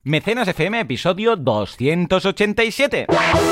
Mecenas FM, episodio 287.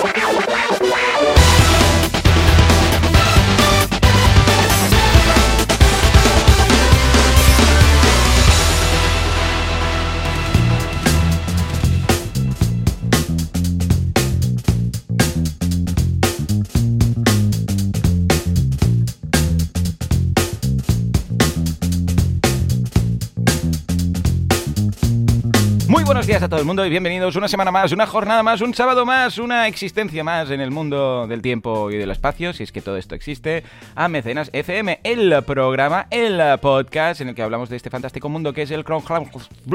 Muy buenos días a todo el mundo y bienvenidos una semana más, una jornada más, un sábado más, una existencia más en el mundo del tiempo y del espacio, si es que todo esto existe, a Mecenas FM, el programa, el podcast en el que hablamos de este fantástico mundo que es el crowdfunding,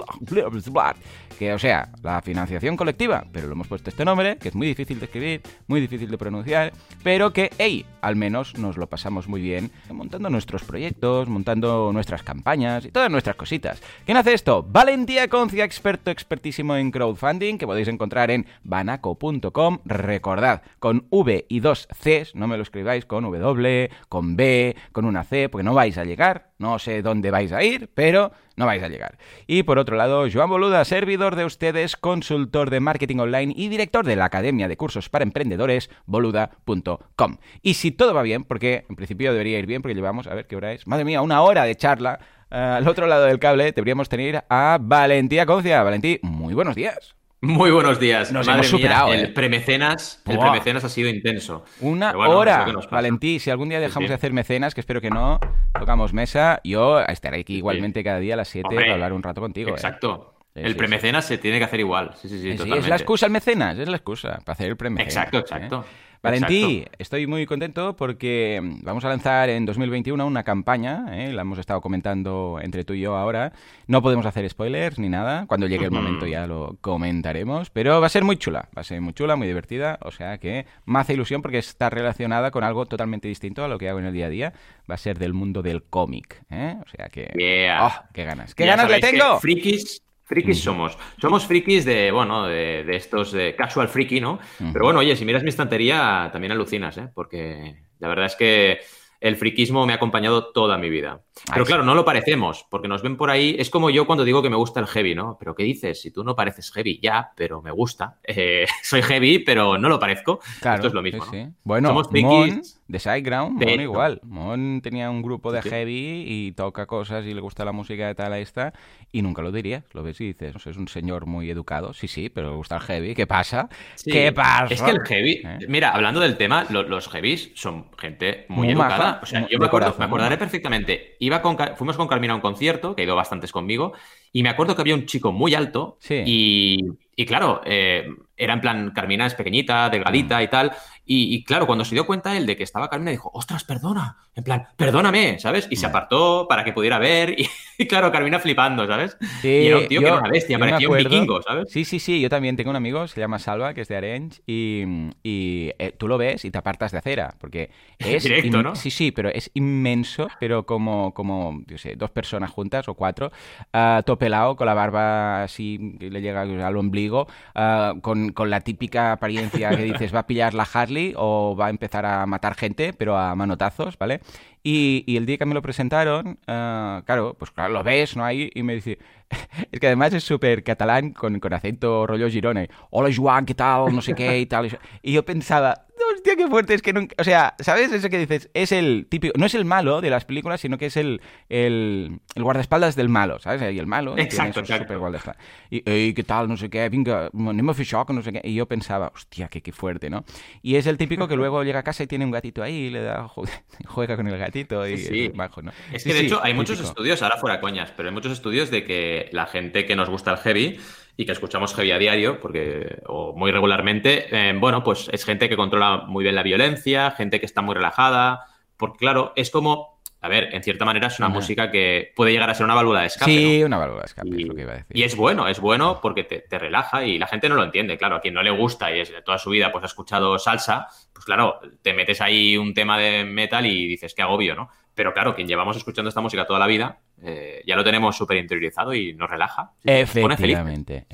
que o sea, la financiación colectiva, pero lo hemos puesto este nombre, que es muy difícil de escribir, muy difícil de pronunciar, pero que, hey, al menos nos lo pasamos muy bien montando nuestros proyectos, montando nuestras campañas y todas nuestras cositas. ¿Quién hace esto? Valentía Concia, expertísimo en crowdfunding, que podéis encontrar en banaco.com. Recordad, con V y dos Cs, no me lo escribáis con W, con B, con una C, porque no vais a llegar. No sé dónde vais a ir, pero no vais a llegar. Y por otro lado, Joan Boluda, servidor de ustedes, consultor de marketing online y director de la Academia de Cursos para Emprendedores, boluda.com. Y si todo va bien, porque en principio debería ir bien, porque llevamos, a ver qué hora es, madre mía, una hora de charla, al otro lado del cable deberíamos tener a Valentía Concia. Valentí, muy buenos días. Muy buenos días. Nos hemos superado, el premecenas ha sido intenso. Una hora, Valentí. Si algún día dejamos de hacer mecenas, que espero que no, tocamos mesa, yo estaré aquí igualmente cada día a las 7 para hablar un rato contigo. Exacto. El premecenas se tiene que hacer igual. Sí, totalmente. Es la excusa el mecenas, es la excusa para hacer el premecenas. Exacto. Valentí, estoy muy contento porque vamos a lanzar en 2021 una campaña, la hemos estado comentando entre tú y yo ahora. No podemos hacer spoilers ni nada, cuando llegue el momento ya lo comentaremos, pero va a ser muy chula, muy divertida, o sea que me hace ilusión porque está relacionada con algo totalmente distinto a lo que hago en el día a día. Va a ser del mundo del cómic, o sea que... Yeah. ¡Oh, qué ganas! ¡Qué ganas le tengo! Frikis somos frikis de estos de casual friki, ¿no? Pero bueno, oye, si miras mi estantería también alucinas, porque la verdad es que el friquismo me ha acompañado toda mi vida. Pero claro, no lo parecemos, porque nos ven por ahí. Es como yo cuando digo que me gusta el heavy, ¿no? ¿Pero qué dices? Si tú no pareces heavy, ya, pero me gusta. Soy heavy, pero no lo parezco. Claro, esto es lo mismo, sí. ¿no? Bueno, somos frikis. De Sideground, Mon igual. Mon tenía un grupo de heavy y toca cosas y le gusta la música de tal a esta y nunca lo dirías. Lo ves y dices, no sé, es un señor muy educado. Sí, pero le gusta el heavy. ¿Qué pasa? Sí. ¿Qué pasa? Es que el heavy... Mira, hablando del tema, los heavies son gente muy educada. Maja. O sea, yo me acordaré perfectamente. Fuimos con Carmina a un concierto, que ha ido bastantes conmigo, y me acuerdo que había un chico muy alto y claro, era en plan, Carmina es pequeñita, delgadita y tal, y claro, cuando se dio cuenta él de que estaba Carmina, dijo, ostras, perdona, en plan, perdóname, ¿sabes? Y se apartó para que pudiera ver, y claro, Carmina flipando, ¿sabes? Sí, y era un tío que era una bestia, parecía un vikingo, ¿sabes? Sí, yo también tengo un amigo, se llama Salva, que es de Arenys, y tú lo ves y te apartas de acera, porque es... Directo, ¿no? Sí, pero es inmenso, pero como yo sé, 2 personas juntas o 4, todo pelado, con la barba así, que le llega al ombligo, con la típica apariencia que dices, va a pillar la Harley o va a empezar a matar gente, pero a manotazos, ¿vale? Y el día que me lo presentaron, claro, lo ves, ¿no? Ahí, y me dice... Es que además es súper catalán, con acento rollo Girona. Hola, Joan, ¿qué tal? No sé qué y tal. Y yo pensaba... Hostia, qué fuerte, es que nunca... O sea, ¿sabes eso que dices? Es el típico... No es el malo de las películas, sino que es el guardaespaldas del malo, ¿sabes? Y el malo exacto. Súper guardaespaldas. Y, ¿qué tal? No sé qué, venga, anem a fer això, que no sé qué. Y yo pensaba, hostia, qué fuerte, ¿no? Y es el típico que luego llega a casa y tiene un gatito ahí y le da... juega con el gatito y sí. Es bajo, ¿no? Es que, de hecho, hay muchos estudios, ahora fuera coñas, pero hay muchos estudios de que la gente que nos gusta el heavy y que escuchamos heavy a diario, o muy regularmente, pues es gente que controla muy bien la violencia, gente que está muy relajada, porque claro, es como, a ver, en cierta manera es una música que puede llegar a ser una válvula de escape, sí, ¿no? Una válvula de escape, es lo que iba a decir. Y es bueno porque te relaja y la gente no lo entiende, claro, a quien no le gusta y de toda su vida pues ha escuchado salsa, pues claro, te metes ahí un tema de metal y dices, qué agobio, ¿no? Pero claro, quien llevamos escuchando esta música toda la vida, ya lo tenemos súper interiorizado y nos relaja. Efectivamente.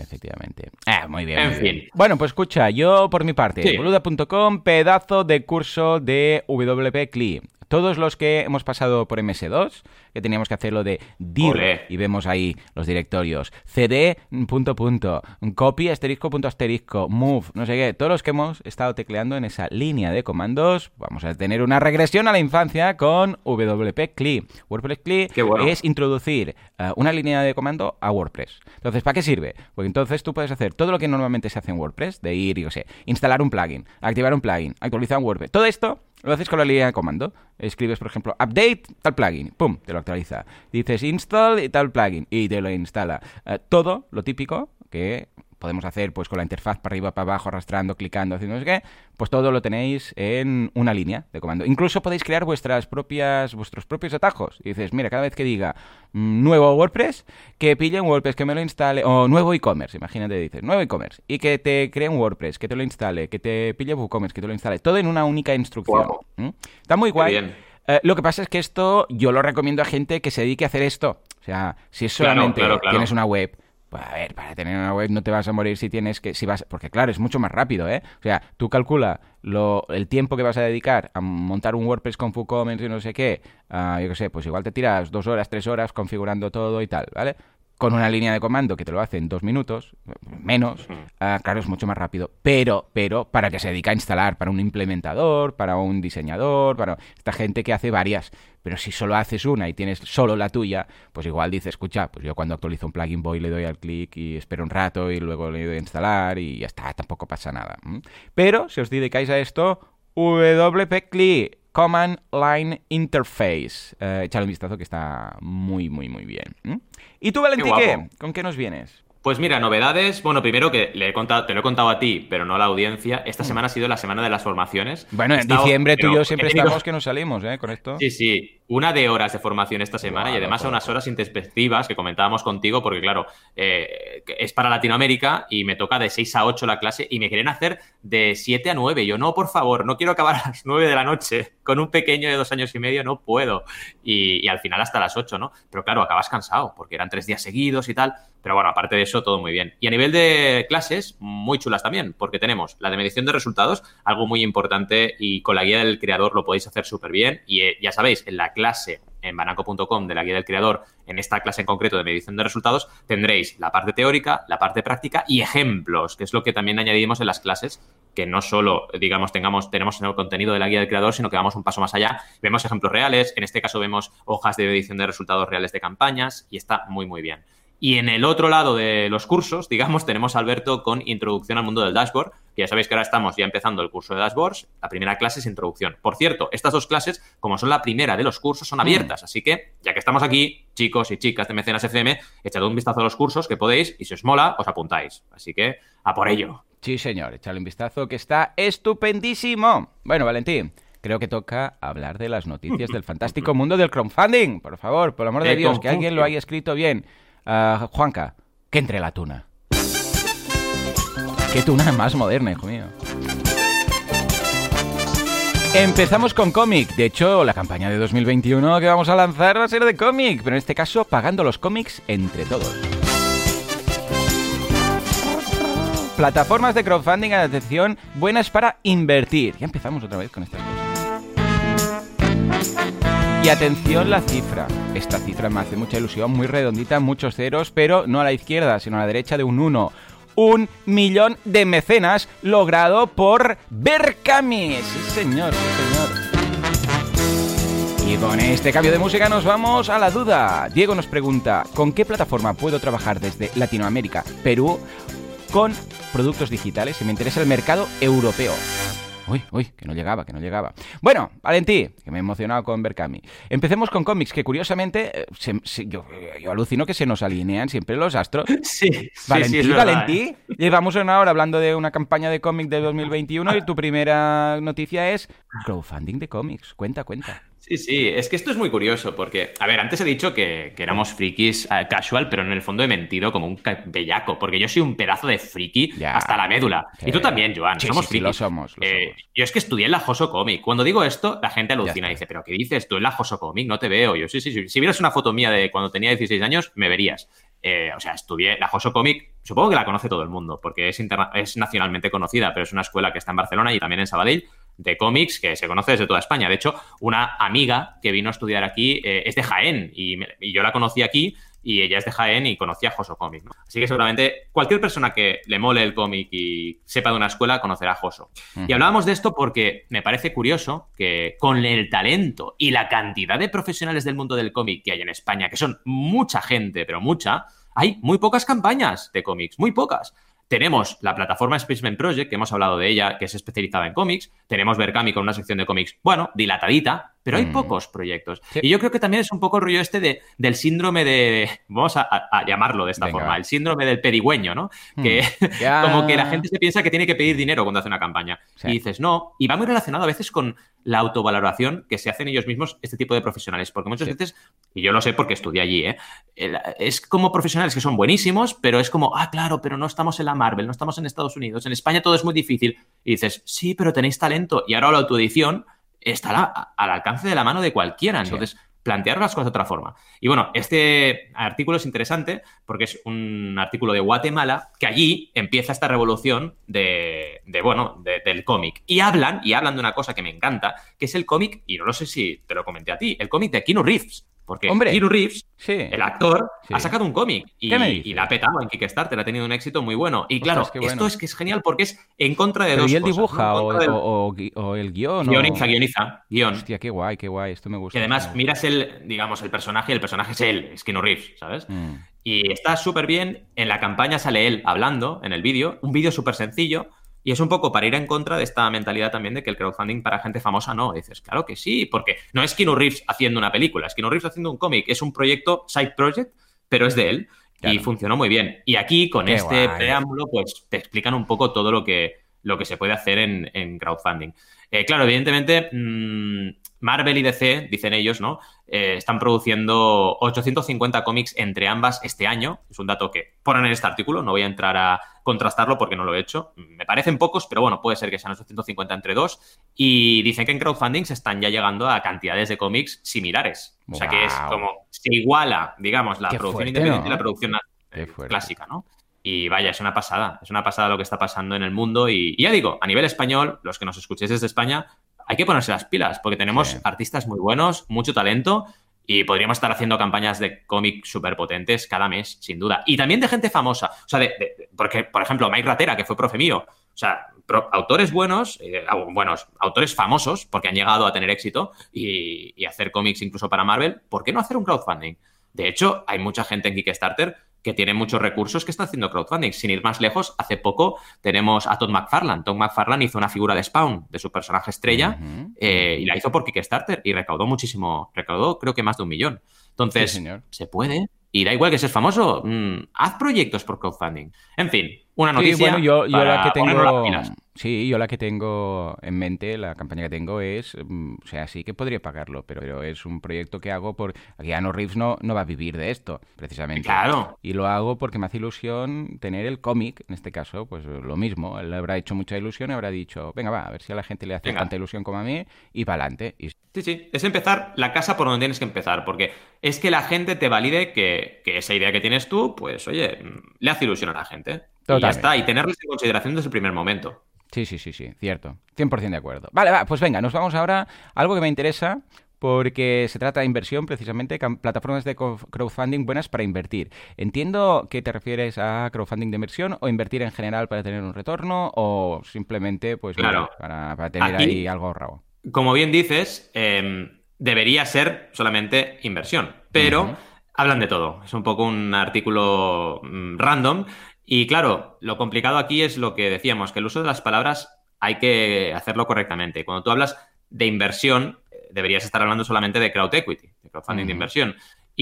Muy bien. En fin. Bueno, pues escucha, yo por mi parte, boluda.com, pedazo de curso de WP CLI. Todos los que hemos pasado por MS2, que teníamos que hacer lo de dir, Olé. y vemos ahí los directorios, cd, punto, punto, copy, asterisco, punto, asterisco, move, no sé qué, todos los que hemos estado tecleando en esa línea de comandos, vamos a tener una regresión a la infancia con WP CLI. WordPress CLI Qué bueno. es introducir una línea de comando a WordPress. Entonces, ¿para qué sirve? Porque entonces tú puedes hacer todo lo que normalmente se hace en WordPress, de ir, yo sé, instalar un plugin, activar un plugin, actualizar un WordPress. Todo esto lo haces con la línea de comando. Escribes, por ejemplo, update tal plugin, pum, te lo actualiza. Dices install tal plugin y te lo instala. Todo lo típico que podemos hacer pues con la interfaz para arriba, para abajo, arrastrando, clicando, haciendo no sé qué, pues todo lo tenéis en una línea de comando. Incluso podéis crear vuestros propios atajos. Y dices, mira, cada vez que diga nuevo WordPress, que pille un WordPress, que me lo instale, o nuevo e-commerce, imagínate, dices, nuevo e-commerce, y que te cree un WordPress, que te lo instale, que te pille WooCommerce, que te lo instale, todo en una única instrucción. Wow. Está muy guay. Bien. Lo que pasa es que esto yo lo recomiendo a gente que se dedique a hacer esto. O sea, si es solamente Claro. tienes una web, pues a ver, para tener una web no te vas a morir si vas, porque claro, es mucho más rápido, ¿eh? O sea, tú calcula el tiempo que vas a dedicar a montar un WordPress con WooCommerce y no sé qué, yo qué sé, pues igual te tiras 2 horas, 3 horas configurando todo y tal, ¿vale? Con una línea de comando que te lo hace en 2 minutos, menos, claro, es mucho más rápido. Pero, para que se dedica a instalar, para un implementador, para un diseñador, para esta gente que hace varias. Pero si solo haces una y tienes solo la tuya, pues igual dices, escucha, pues yo cuando actualizo un plugin voy, le doy al clic y espero un rato y luego le doy a instalar y ya está, tampoco pasa nada. Pero si os dedicáis a esto, WP CLI, Command Line Interface. Echadle un vistazo que está muy, muy, muy bien. ¿Y tú, Valentí, qué? ¿Con qué nos vienes? Pues mira, novedades. Bueno, primero que te lo he contado a ti, pero no a la audiencia. Esta semana ha sido la semana de las formaciones. Bueno, en diciembre tú y yo siempre estamos que nos salimos, con esto. Sí. 1 de horas de formación esta semana y además a unas horas intempestivas que comentábamos contigo porque, claro, es para Latinoamérica y me toca de 6 a 8 la clase y me quieren hacer de 7 a 9. Yo, no, por favor, no quiero acabar a las 9 de la noche. Con un pequeño de 2 años y medio no puedo. Y al final hasta las 8, ¿no? Pero claro, acabas cansado porque eran 3 días seguidos y tal. Pero bueno, aparte de eso, todo muy bien. Y a nivel de clases, muy chulas también, porque tenemos la de medición de resultados, algo muy importante y con la guía del creador lo podéis hacer súper bien. Y ya sabéis, en la clase en bananco.com de la guía del creador, en esta clase en concreto de medición de resultados, tendréis la parte teórica, la parte práctica y ejemplos, que es lo que también añadimos en las clases, que no solo, digamos, tenemos en el contenido de la guía del creador, sino que vamos un paso más allá. Vemos ejemplos reales, en este caso vemos hojas de medición de resultados reales de campañas y está muy, muy bien. Y en el otro lado de los cursos, digamos, tenemos a Alberto con Introducción al mundo del dashboard, que ya sabéis que ahora estamos ya empezando el curso de dashboards. La primera clase es Introducción. Por cierto, estas 2 clases, como son la primera de los cursos, son abiertas. Así que, ya que estamos aquí, chicos y chicas de Mecenas FM, echad un vistazo a los cursos que podéis y si os mola, os apuntáis. Así que, a por ello. Sí, señor, echadle un vistazo que está estupendísimo. Bueno, Valentín, creo que toca hablar de las noticias del fantástico mundo del crowdfunding. Por favor, por el amor de Dios, que alguien lo haya escrito bien. Juanca, que entre la tuna. Qué tuna más moderna, hijo mío. Empezamos con cómic. De hecho, la campaña de 2021 que vamos a lanzar va a ser de cómic, pero en este caso pagando los cómics entre todos. Plataformas de crowdfunding, atención, buenas para invertir. Ya empezamos otra vez con estas cosas. Y atención la cifra. Esta cifra me hace mucha ilusión, muy redondita, muchos ceros, pero no a la izquierda, sino a la derecha de un 1. 1 millón de mecenas logrado por Berkami. Sí, señor, sí, señor. Y con este cambio de música nos vamos a la duda. Diego nos pregunta, ¿con qué plataforma puedo trabajar desde Latinoamérica, Perú, con productos digitales si me interesa el mercado europeo? Uy, que no llegaba. Bueno, Valentí, que me he emocionado con Berkami. Empecemos con cómics, que curiosamente yo alucino que se nos alinean siempre los astros. Sí, Valentí, sí, es verdad, Valentí, llevamos una hora hablando de una campaña de cómic de 2021 y tu primera noticia es crowdfunding de cómics. Cuenta. Sí, es que esto es muy curioso porque, a ver, antes he dicho que éramos frikis casual, pero en el fondo he mentido como un bellaco, porque yo soy un pedazo de friki hasta la médula. Y tú también, Joan, somos frikis. Lo somos. Yo es que estudié en la Joso Comic. Cuando digo esto, la gente alucina y dice, ¿pero qué dices tú en la Joso Comic? No te veo. Yo, sí. Si vieras una foto mía de cuando tenía 16 años, me verías. O sea, estudié la Joso Comic, supongo que la conoce todo el mundo, porque es nacionalmente conocida, pero es una escuela que está en Barcelona y también en Sabadell, de cómics que se conoce desde toda España. De hecho, una amiga que vino a estudiar aquí es de Jaén y yo la conocí aquí y ella es de Jaén y conocía a Joso Comics, ¿no? Así que seguramente cualquier persona que le mole el cómic y sepa de una escuela conocerá a Joso. Y hablábamos de esto porque me parece curioso que con el talento y la cantidad de profesionales del mundo del cómic que hay en España, que son mucha gente, pero mucha, hay muy pocas campañas de cómics, muy pocas. Tenemos la plataforma Spaceman Project, que hemos hablado de ella, que es especializada en cómics. Tenemos Berkami con una sección de cómics, bueno, dilatadita, pero hay pocos proyectos. Sí. Y yo creo que también es un poco el rollo este del síndrome vamos a llamarlo de esta forma, el síndrome del pedigüeño, ¿no? Que como que la gente se piensa que tiene que pedir dinero cuando hace una campaña. Sí. Y dices, no. Y va muy relacionado a veces con la autovaloración que se hacen ellos mismos este tipo de profesionales. Porque muchas veces, y yo lo sé porque estudié allí, es como profesionales que son buenísimos, pero es como, claro, pero no estamos en la Marvel, no estamos en Estados Unidos, en España todo es muy difícil. Y dices, sí, pero tenéis talento. Y ahora la autoedición está al alcance de la mano de cualquiera. Entonces, plantear las cosas de otra forma. Y bueno, este artículo es interesante porque es un artículo de Guatemala que allí empieza esta revolución del cómic. Y hablan de una cosa que me encanta, que es el cómic, y no lo sé si te lo comenté a ti, el cómic de Keanu Reeves. Porque Keanu Reeves, el actor, ha sacado un cómic y la ha petado en Kickstarter, ha tenido un éxito muy bueno. Y claro, esto es que es genial porque es en contra de dos cosas. ¿Y él dibuja o el guión? Guioniza. Hostia, qué guay, esto me gusta. Y además miras el personaje, y el personaje es él, es Keanu Reeves, ¿sabes? Y está súper bien, en la campaña sale él hablando en el vídeo, un vídeo súper sencillo. Y es un poco para ir en contra de esta mentalidad también de que el crowdfunding para gente famosa no. Y dices, claro que sí, porque no es Keanu Reeves haciendo una película, es Keanu Reeves haciendo un cómic. Es un proyecto, side project, pero es de él. Claro. Y funcionó muy bien. Y aquí, con este preámbulo, pues te explican un poco todo lo que se puede hacer en crowdfunding. Claro, evidentemente, Marvel y DC, dicen ellos, ¿no? Están produciendo 850 cómics entre ambas este año. Es un dato que ponen en este artículo. No voy a entrar a contrastarlo porque no lo he hecho. Me parecen pocos, pero bueno, puede ser que sean 850 entre dos. Y dicen que en crowdfunding se están ya llegando a cantidades de cómics similares. O sea que es como se iguala, digamos, la producción independiente y la producción clásica, ¿no? Y vaya, es una pasada lo que está pasando en el mundo. Y ya digo, a nivel español, los que nos escuchéis desde España, hay que ponerse las pilas, porque tenemos artistas muy buenos, mucho talento, y podríamos estar haciendo campañas de cómic súper potentes cada mes, sin duda. Y también de gente famosa. O sea, porque, por ejemplo, Mike Ratera, que fue profe mío. O sea, autores buenos, autores famosos, porque han llegado a tener éxito y hacer cómics incluso para Marvel. ¿Por qué no hacer un crowdfunding? De hecho, hay mucha gente en Kickstarter que tiene muchos recursos que está haciendo crowdfunding. Sin ir más lejos, hace poco tenemos a Todd McFarlane. Todd McFarlane hizo una figura de Spawn, de su personaje estrella, y la hizo por Kickstarter y recaudó muchísimo. Recaudó creo que más de 1 millón. Entonces, se puede. Y da igual que seas famoso, haz proyectos por crowdfunding. En fin, una noticia. Sí, bueno, yo la que tengo. Sí, yo la que tengo en mente, la campaña que tengo es, o sea, sí que podría pagarlo, pero es un proyecto que hago porque Keanu Reeves no va a vivir de esto, precisamente. Claro. Y lo hago porque me hace ilusión tener el cómic, en este caso, pues lo mismo. Él habrá hecho mucha ilusión y habrá dicho, venga, va, a ver si a la gente le hace tanta ilusión como a mí y para adelante. Sí, es empezar la casa por donde tienes que empezar, porque es que la gente te valide que esa idea que tienes tú, pues, oye, le hace ilusión a la gente. Totalmente. Y ya está, y tenerles en consideración desde el primer momento. Sí, cierto. 100% de acuerdo. Vale, pues venga, nos vamos ahora a algo que me interesa porque se trata de inversión, precisamente, plataformas de crowdfunding buenas para invertir. Entiendo que te refieres a crowdfunding de inversión o invertir en general para tener un retorno o simplemente, pues, claro, para tener aquí, ahí algo ahorrado. Como bien dices, debería ser solamente inversión, pero hablan de todo. Es un poco un artículo random. Y claro, lo complicado aquí es lo que decíamos, que el uso de las palabras hay que hacerlo correctamente. Cuando tú hablas de inversión, deberías estar hablando solamente de crowd equity, de crowdfunding de inversión,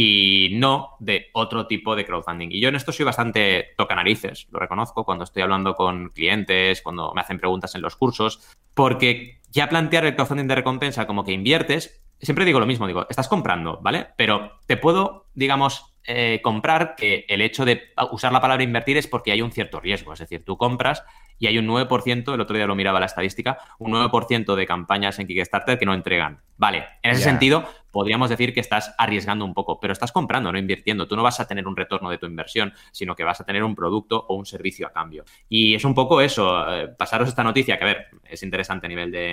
y no de otro tipo de crowdfunding. Y yo en esto soy bastante tocanarices, lo reconozco, cuando estoy hablando con clientes, cuando me hacen preguntas en los cursos, porque ya plantear el crowdfunding de recompensa como que inviertes, siempre digo lo mismo, digo, estás comprando, ¿vale? Pero te puedo, digamos, comprar que el hecho de usar la palabra invertir es porque hay un cierto riesgo. Es decir, tú compras y hay un 9%, el otro día lo miraba la estadística, un 9% de campañas en Kickstarter que no entregan. Vale, en ese sentido podríamos decir que estás arriesgando un poco, pero estás comprando, no invirtiendo. Tú no vas a tener un retorno de tu inversión, sino que vas a tener un producto o un servicio a cambio. Y es un poco eso, pasaros esta noticia, que a ver, es interesante a nivel de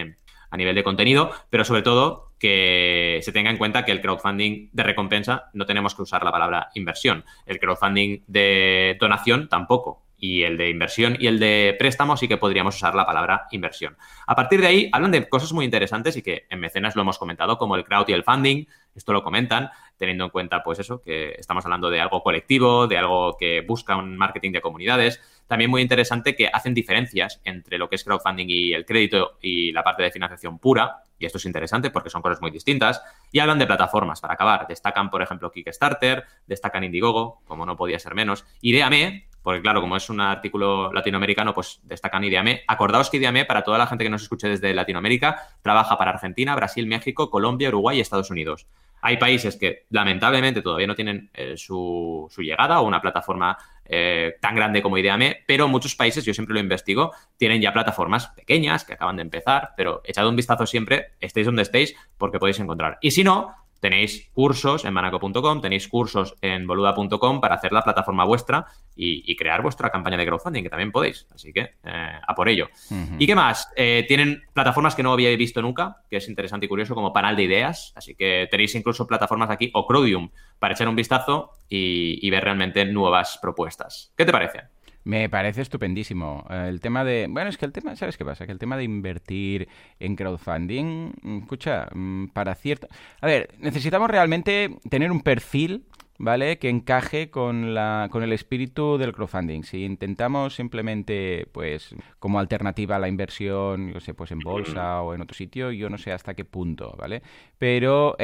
a nivel de contenido, pero sobre todo que se tenga en cuenta que el crowdfunding de recompensa no tenemos que usar la palabra inversión. El crowdfunding de donación tampoco. Y el de inversión y el de préstamo sí que podríamos usar la palabra inversión. A partir de ahí hablan de cosas muy interesantes y que en Mecenas lo hemos comentado, como el crowd y el funding. Esto lo comentan, teniendo en cuenta, pues eso, que estamos hablando de algo colectivo, de algo que busca un marketing de comunidades. También muy interesante que hacen diferencias entre lo que es crowdfunding y el crédito y la parte de financiación pura. Y esto es interesante porque son cosas muy distintas. Y hablan de plataformas para acabar. Destacan, por ejemplo, Kickstarter, destacan Indiegogo, como no podía ser menos. Ideame, porque claro, como es un artículo latinoamericano, pues destacan Ideame. Acordaos que Ideame, para toda la gente que nos escuche desde Latinoamérica, trabaja para Argentina, Brasil, México, Colombia, Uruguay y Estados Unidos. Hay países que lamentablemente todavía no tienen su llegada o una plataforma tan grande como Ideame, pero muchos países, yo siempre lo investigo, tienen ya plataformas pequeñas que acaban de empezar, pero echad un vistazo siempre, estéis donde estéis, porque podéis encontrar. Y si no, tenéis cursos en Manaco.com, tenéis cursos en Boluda.com para hacer la plataforma vuestra y crear vuestra campaña de crowdfunding, que también podéis. Así que a por ello. Uh-huh. ¿Y qué más? Tienen plataformas que no había visto nunca, que es interesante y curioso, como Panal de Ideas. Así que tenéis incluso plataformas aquí, o Crowdium, para echar un vistazo y ver realmente nuevas propuestas. ¿Qué te parece? Me parece estupendísimo. El tema de... Bueno, es que el tema... ¿Sabes qué pasa? Que el tema de invertir en crowdfunding... Escucha, para cierto... A ver, necesitamos realmente tener un perfil, ¿vale? Que encaje con el espíritu del crowdfunding. Si intentamos simplemente, pues, como alternativa a la inversión, yo sé, pues en bolsa o en otro sitio, yo no sé hasta qué punto, ¿vale? Pero,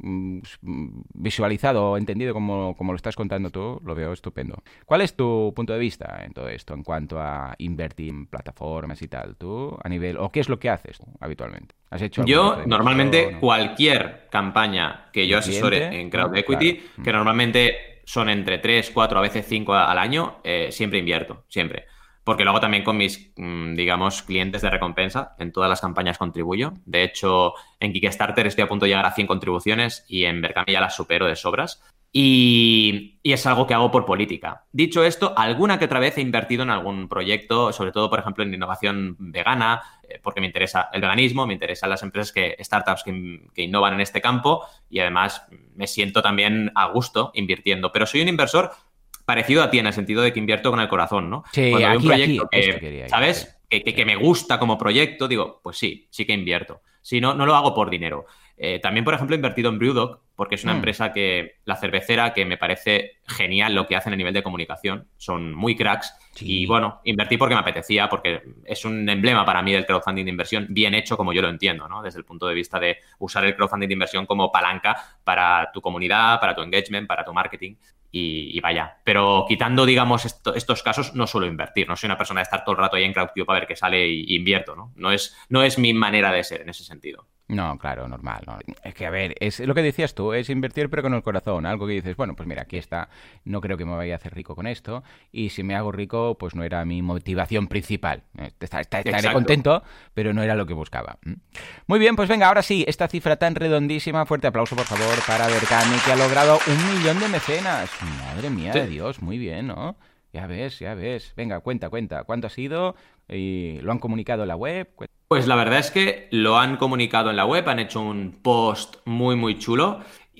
visualizado o entendido como lo estás contando tú, lo veo estupendo. ¿Cuál es tu punto de vista en todo esto, en cuanto a invertir en plataformas y tal? ¿Tú, a nivel... o qué es lo que haces tú, habitualmente? ¿Has hecho Yo, normalmente, cualquier campaña que yo asesore en Crowd Equity, claro, que normalmente son entre 3, 4, a veces 5 al año, siempre invierto, siempre. Porque luego también con mis, digamos, clientes de recompensa, en todas las campañas contribuyo. De hecho, en Kickstarter estoy a punto de llegar a 100 contribuciones y en Berkami ya las supero de sobras. Y es algo que hago por política. Dicho esto, alguna que otra vez he invertido en algún proyecto, sobre todo, por ejemplo, en innovación vegana, porque me interesa el veganismo, me interesan las empresas, startups que innovan en este campo y además me siento también a gusto invirtiendo. Pero soy un inversor parecido a ti en el sentido de que invierto con el corazón, ¿no? Sí, cuando hay un proyecto ¿sabes? Que me gusta como proyecto, digo, pues sí que invierto. Si no, no lo hago por dinero. También, por ejemplo, he invertido en Brewdog, porque es una empresa la cervecera, que me parece genial lo que hacen a nivel de comunicación. Son muy cracks. Sí. Y bueno, invertí porque me apetecía, porque es un emblema para mí del crowdfunding de inversión bien hecho, como yo lo entiendo, ¿no? Desde el punto de vista de usar el crowdfunding de inversión como palanca para tu comunidad, para tu engagement, para tu marketing. Y vaya, pero quitando, digamos, estos casos, no suelo invertir. No soy una persona de estar todo el rato ahí en CrowdCube a ver qué sale y invierto, ¿no? No es mi manera de ser en ese sentido. No, claro, normal, ¿no? Es que, a ver, es lo que decías tú, es invertir pero con el corazón, algo que dices, bueno, pues mira, aquí está, no creo que me vaya a hacer rico con esto, y si me hago rico, pues no era mi motivación principal. Estaré contento, pero no era lo que buscaba. Muy bien, pues venga, ahora sí, esta cifra tan redondísima, fuerte aplauso, por favor, para Berkami, que ha logrado 1 millón de mecenas. Madre mía de Dios, muy bien, ¿no? Ya ves. Venga, cuenta. ¿Cuánto ha sido? ¿Y lo han comunicado en la web? Pues la verdad es que lo han comunicado en la web, han hecho un post muy, muy chulo.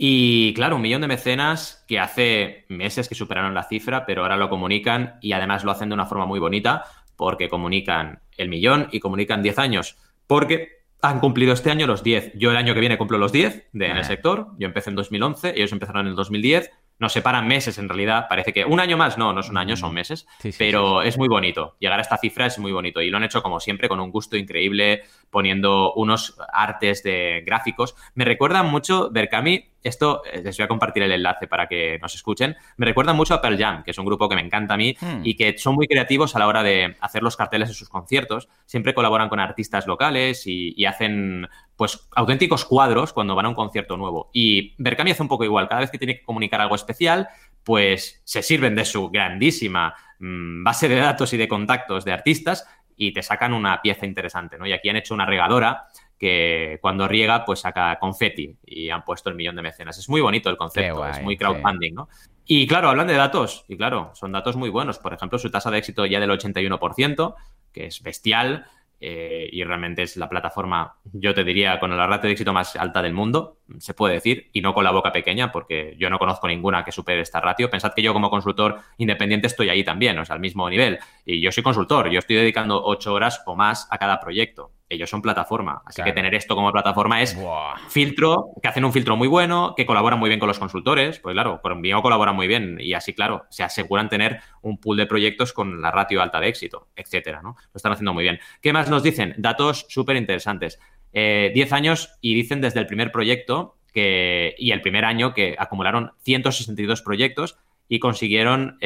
Y claro, 1 millón de mecenas que hace meses que superaron la cifra, pero ahora lo comunican y además lo hacen de una forma muy bonita, porque comunican el 1 millón y comunican 10 años. Porque han cumplido este año los 10. Yo el año que viene cumplo los 10 en el sector. Yo empecé en 2011, ellos empezaron en el 2010. Nos separan meses, en realidad. Parece que un año más, no es un año, son meses. Sí, pero es muy bonito. Llegar a esta cifra es muy bonito. Y lo han hecho, como siempre, con un gusto increíble, poniendo unos artes de gráficos. Me recuerda mucho, Berkami, esto les voy a compartir el enlace para que nos escuchen. Me recuerda mucho a Pearl Jam, que es un grupo que me encanta a mí y que son muy creativos a la hora de hacer los carteles de sus conciertos. Siempre colaboran con artistas locales y hacen, pues, auténticos cuadros cuando van a un concierto nuevo. Y Berkami hace un poco igual. Cada vez que tiene que comunicar algo especial, pues se sirven de su grandísima base de datos y de contactos de artistas y te sacan una pieza interesante, ¿no? Y aquí han hecho una regadora que cuando riega, pues saca confeti y han puesto el 1 millón de mecenas. Es muy bonito el concepto, guay, es muy crowdfunding, ¿no? Y claro, hablan de datos, y claro, son datos muy buenos. Por ejemplo, su tasa de éxito ya del 81%, que es bestial. y realmente es la plataforma, yo te diría, con la ratio de éxito más alta del mundo, se puede decir, y no con la boca pequeña, porque yo no conozco ninguna que supere esta ratio. Pensad que yo como consultor independiente estoy ahí también, o sea, al mismo nivel. Y yo soy consultor, yo estoy dedicando 8 horas o más a cada proyecto. Ellos son plataforma, así que tener esto como plataforma es filtro, que hacen un filtro muy bueno, que colaboran muy bien con los consultores, pues claro, conmigo colaboran muy bien y así, claro, se aseguran tener un pool de proyectos con la ratio alta de éxito, etcétera, ¿no? Lo están haciendo muy bien. ¿Qué más nos dicen? Datos súper interesantes. 10 años y dicen desde el primer proyecto y el primer año que acumularon 162 proyectos y consiguieron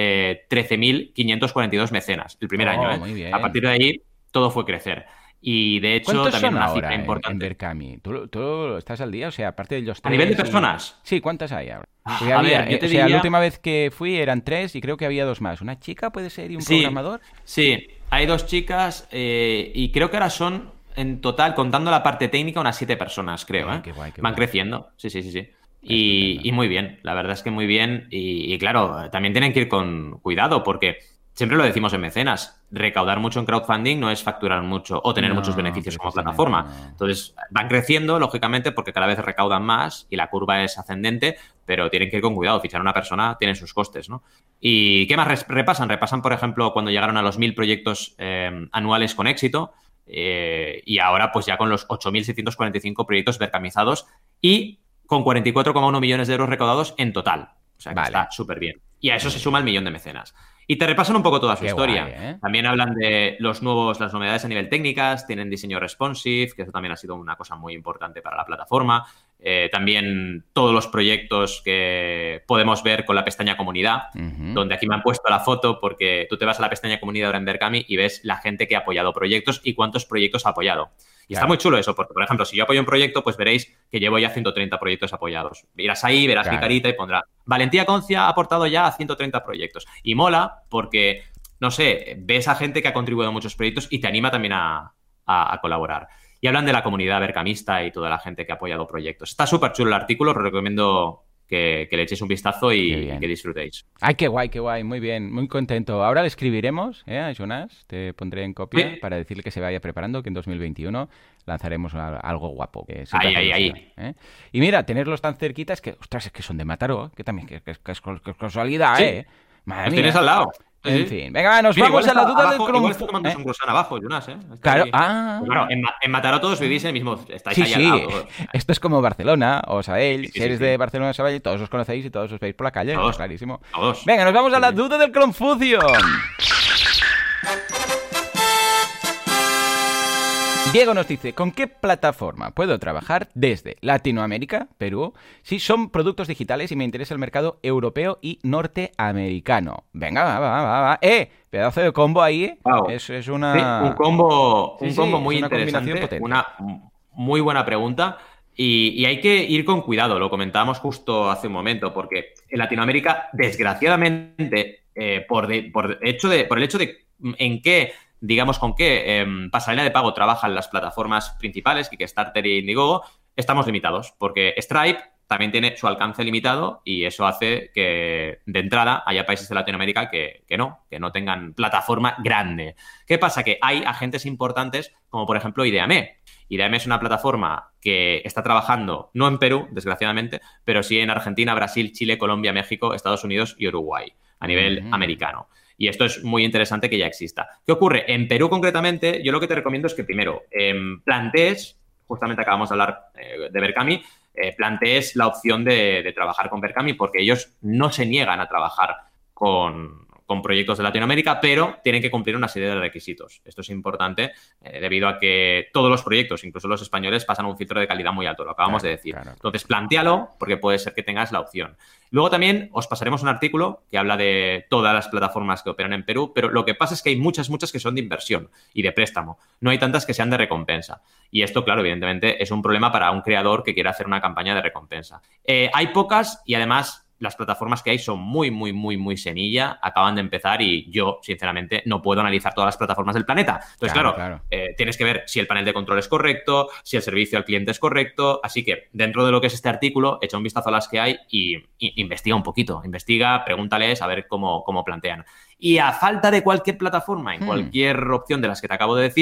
13.542 mecenas el primer año. Muy bien. A partir de ahí todo fue crecer. Y de hecho ¿cuántos también son una ahora cifra importante. en Berkami? ¿Tú estás al día? O sea, aparte de los 3... ¿A nivel de personas? Sí, ¿cuántas hay ahora? A ver, yo te o sea, diría... la última vez que fui eran 3 y creo que había 2 más. ¿Una chica puede ser y un programador? Sí, hay 2 chicas y creo que ahora son en total, contando la parte técnica, unas 7 personas, creo. Qué guay, Van creciendo, sí. Y muy bien, la verdad es que muy bien. Y claro, también tienen que ir con cuidado porque siempre lo decimos en Mecenas, recaudar mucho en crowdfunding no es facturar mucho o tener muchos beneficios como plataforma. No. Entonces, van creciendo, lógicamente, porque cada vez recaudan más y la curva es ascendente, pero tienen que ir con cuidado. Fichar a una persona tiene sus costes, ¿no? ¿Y qué más repasan? Repasan, por ejemplo, cuando llegaron a los 1.000 proyectos anuales con éxito y ahora pues ya con los 8.645 proyectos bercamizados y con 44,1 millones de euros recaudados en total. O sea que está súper bien. Y a eso se suma el millón de mecenas. Y te repasan un poco toda su historia. Guay, También hablan de las novedades a nivel técnicas, tienen diseño responsive, que eso también ha sido una cosa muy importante para la plataforma. También todos los proyectos que podemos ver con la pestaña comunidad, donde aquí me han puesto la foto porque tú te vas a la pestaña comunidad ahora en Berkami y ves la gente que ha apoyado proyectos y cuántos proyectos ha apoyado. Y está muy chulo eso, porque, por ejemplo, si yo apoyo un proyecto, pues veréis que llevo ya 130 proyectos apoyados. Irás ahí, verás mi carita y pondrá Valentía Concia ha aportado ya a 130 proyectos. Y mola porque, no sé, ves a gente que ha contribuido a muchos proyectos y te anima también a colaborar. Y hablan de la comunidad berkamista y toda la gente que ha apoyado proyectos. Está súper chulo el artículo, os recomiendo que le echéis un vistazo y que disfrutéis. ¡Ay, qué guay! Muy bien, muy contento. Ahora le escribiremos a Jonas, te pondré en copia para decirle que se vaya preparando, que en 2021 lanzaremos algo guapo. Que ahí. Y mira, tenerlos tan cerquitas que, ostras, es que son de Mataró, que también que es casualidad, sí. Madre Los mía. tienes al lado. En fin, venga, nos vamos a la duda del croissant. Igual está tomando un croissant abajo, Jonas, Claro, Claro, en Mataró todos vivís en el mismo... Estáis ahí al lado todos. Esto es como Barcelona o Sabadell. Si eres de Barcelona o Sabadell, todos os conocéis y todos os veis por la calle. Todos, clarísimo. Todos. Venga, nos vamos a la duda del Confucio. Diego nos dice, ¿con qué plataforma puedo trabajar desde Latinoamérica, Perú, si son productos digitales y me interesa el mercado europeo y norteamericano? Venga, va. Pedazo de combo ahí. Wow. Es una... Sí, un combo muy una interesante, una muy buena pregunta y hay que ir con cuidado, lo comentábamos justo hace un momento, porque en Latinoamérica, desgraciadamente, por el hecho de en qué... digamos, con qué pasarela de pago trabajan las plataformas principales, Kickstarter y Indiegogo, estamos limitados, porque Stripe también tiene su alcance limitado y eso hace que, de entrada, haya países de Latinoamérica que no tengan plataforma grande. ¿Qué pasa? Que hay agentes importantes, como por ejemplo Ideame. Ideame es una plataforma que está trabajando, no en Perú, desgraciadamente, pero sí en Argentina, Brasil, Chile, Colombia, México, Estados Unidos y Uruguay, a nivel americano. Y esto es muy interesante que ya exista. ¿Qué ocurre? En Perú, concretamente, yo lo que te recomiendo es que primero plantees, justamente acabamos de hablar de Berkami, plantees la opción de trabajar con Berkami porque ellos no se niegan a trabajar con proyectos de Latinoamérica, pero tienen que cumplir una serie de requisitos. Esto es importante debido a que todos los proyectos, incluso los españoles, pasan un filtro de calidad muy alto, lo acabamos de decir. Claro. Entonces, plantéalo porque puede ser que tengas la opción. Luego también os pasaremos un artículo que habla de todas las plataformas que operan en Perú, pero lo que pasa es que hay muchas que son de inversión y de préstamo. No hay tantas que sean de recompensa. Y esto, claro, evidentemente es un problema para un creador que quiera hacer una campaña de recompensa. Hay pocas y además las plataformas que hay son muy semilla, acaban de empezar y yo, sinceramente, no puedo analizar todas las plataformas del planeta. Entonces, claro. Tienes que ver si el panel de control es correcto, si el servicio al cliente es correcto. Así que, dentro de lo que es este artículo, echa un vistazo a las que hay y investiga un poquito. Investiga, pregúntales a ver cómo plantean. Y a falta de cualquier plataforma, en cualquier opción de las que te acabo de decir,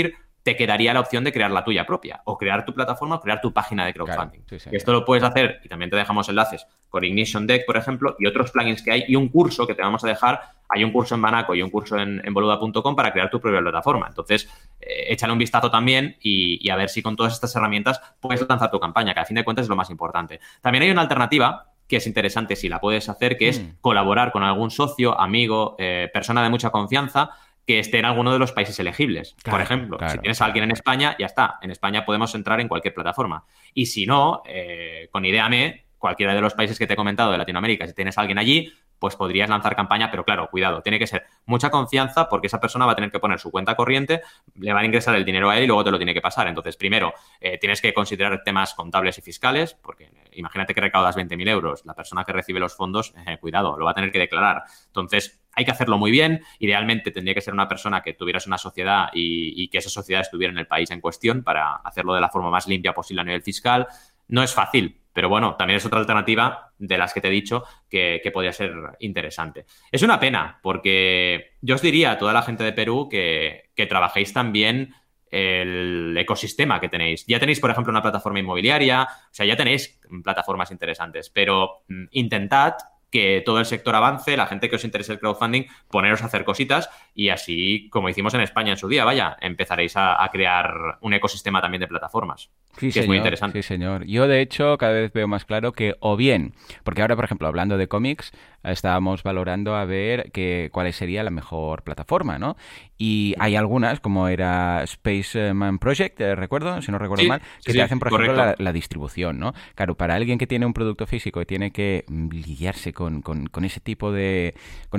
te quedaría la opción de crear la tuya propia, o crear tu plataforma o crear tu página de crowdfunding. Claro, sí, Esto lo puedes hacer, y también te dejamos enlaces con Ignition Deck, por ejemplo, y otros plugins que hay, y un curso que te vamos a dejar. Hay un curso en Banaco y un curso en boluda.com para crear tu propia plataforma. Entonces, échale un vistazo también y a ver si con todas estas herramientas puedes lanzar tu campaña, que a fin de cuentas es lo más importante. También hay una alternativa que es interesante si la puedes hacer, que es colaborar con algún socio, amigo, persona de mucha confianza que esté en alguno de los países elegibles. Claro, por ejemplo, si tienes a alguien en España, ya está. En España podemos entrar en cualquier plataforma. Y si no, con Ideame, cualquiera de los países que te he comentado de Latinoamérica, si tienes a alguien allí, pues podrías lanzar campaña, pero claro, cuidado, tiene que ser mucha confianza porque esa persona va a tener que poner su cuenta corriente, le van a ingresar el dinero a él y luego te lo tiene que pasar. Entonces, primero, tienes que considerar temas contables y fiscales, porque imagínate que recaudas 20.000 euros, la persona que recibe los fondos, cuidado, lo va a tener que declarar. Entonces, hay que hacerlo muy bien. Idealmente tendría que ser una persona que tuvieras una sociedad y que esa sociedad estuviera en el país en cuestión para hacerlo de la forma más limpia posible a nivel fiscal. No es fácil, pero bueno, también es otra alternativa de las que te he dicho que podría ser interesante. Es una pena, porque yo os diría a toda la gente de Perú que trabajéis también el ecosistema que tenéis. Ya tenéis, por ejemplo, una plataforma inmobiliaria, o sea, ya tenéis plataformas interesantes, pero intentad que todo el sector avance, la gente que os interese el crowdfunding, poneros a hacer cositas y así, como hicimos en España en su día, empezaréis a crear un ecosistema también de plataformas. Sí, que señor, es muy interesante. Sí, señor. Yo, de hecho, cada vez veo más claro que o bien, porque ahora, por ejemplo, hablando de cómics, estábamos valorando a ver cuál sería la mejor plataforma, ¿no? Y hay algunas, como era Spaceman Project, recuerdo, si no recuerdo mal, que te hacen, por ejemplo, la distribución, ¿no? Claro, para alguien que tiene un producto físico y tiene que lidiarse con ese tipo de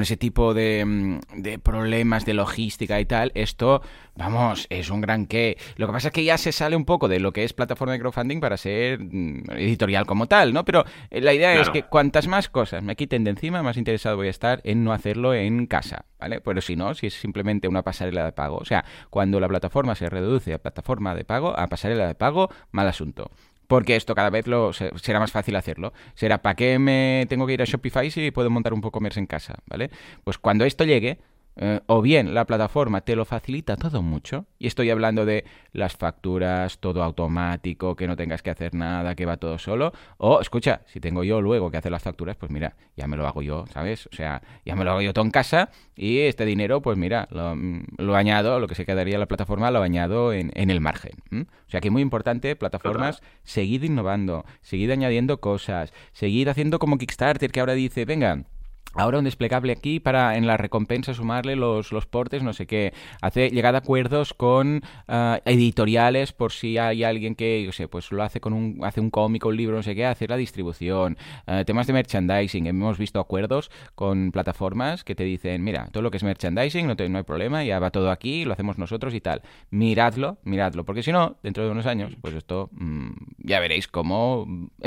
problemas de logística y tal, esto, vamos, es un gran qué. Lo que pasa es que ya se sale un poco de lo que es plataforma de crowdfunding para ser editorial como tal, ¿no? Pero la idea es que cuantas más cosas me quiten de encima, más interesado voy a estar en no hacerlo en casa, ¿vale? Pero si no, si es simplemente una pasarela de pago, o sea, cuando la plataforma se reduce a plataforma de pago, a pasarela de pago, mal asunto. Porque esto cada vez será más fácil hacerlo. Será, ¿para qué me tengo que ir a Shopify si puedo montar un e-commerce en casa? ¿Vale? Pues cuando esto llegue, o bien la plataforma te lo facilita todo mucho, y estoy hablando de las facturas, todo automático, que no tengas que hacer nada, que va todo solo, o escucha, si tengo yo luego que hacer las facturas, pues mira, ya me lo hago yo, ¿sabes? O sea, ya me lo hago yo todo en casa y este dinero, pues mira, lo añado, lo que se quedaría en la plataforma lo añado en el margen. O sea que muy importante, plataformas, seguid innovando, seguid añadiendo cosas, seguid haciendo como Kickstarter, que ahora dice, venga, ahora un desplegable aquí para en la recompensa sumarle los portes, no sé qué. Llegar a acuerdos con editoriales por si hay alguien que, yo sé, pues lo hace hace un cómic o un libro, no sé qué, hacer la distribución. Temas de merchandising. Hemos visto acuerdos con plataformas que te dicen, mira, todo lo que es merchandising no hay problema, ya va todo aquí, lo hacemos nosotros y tal. Miradlo, porque si no, dentro de unos años, pues esto ya veréis cómo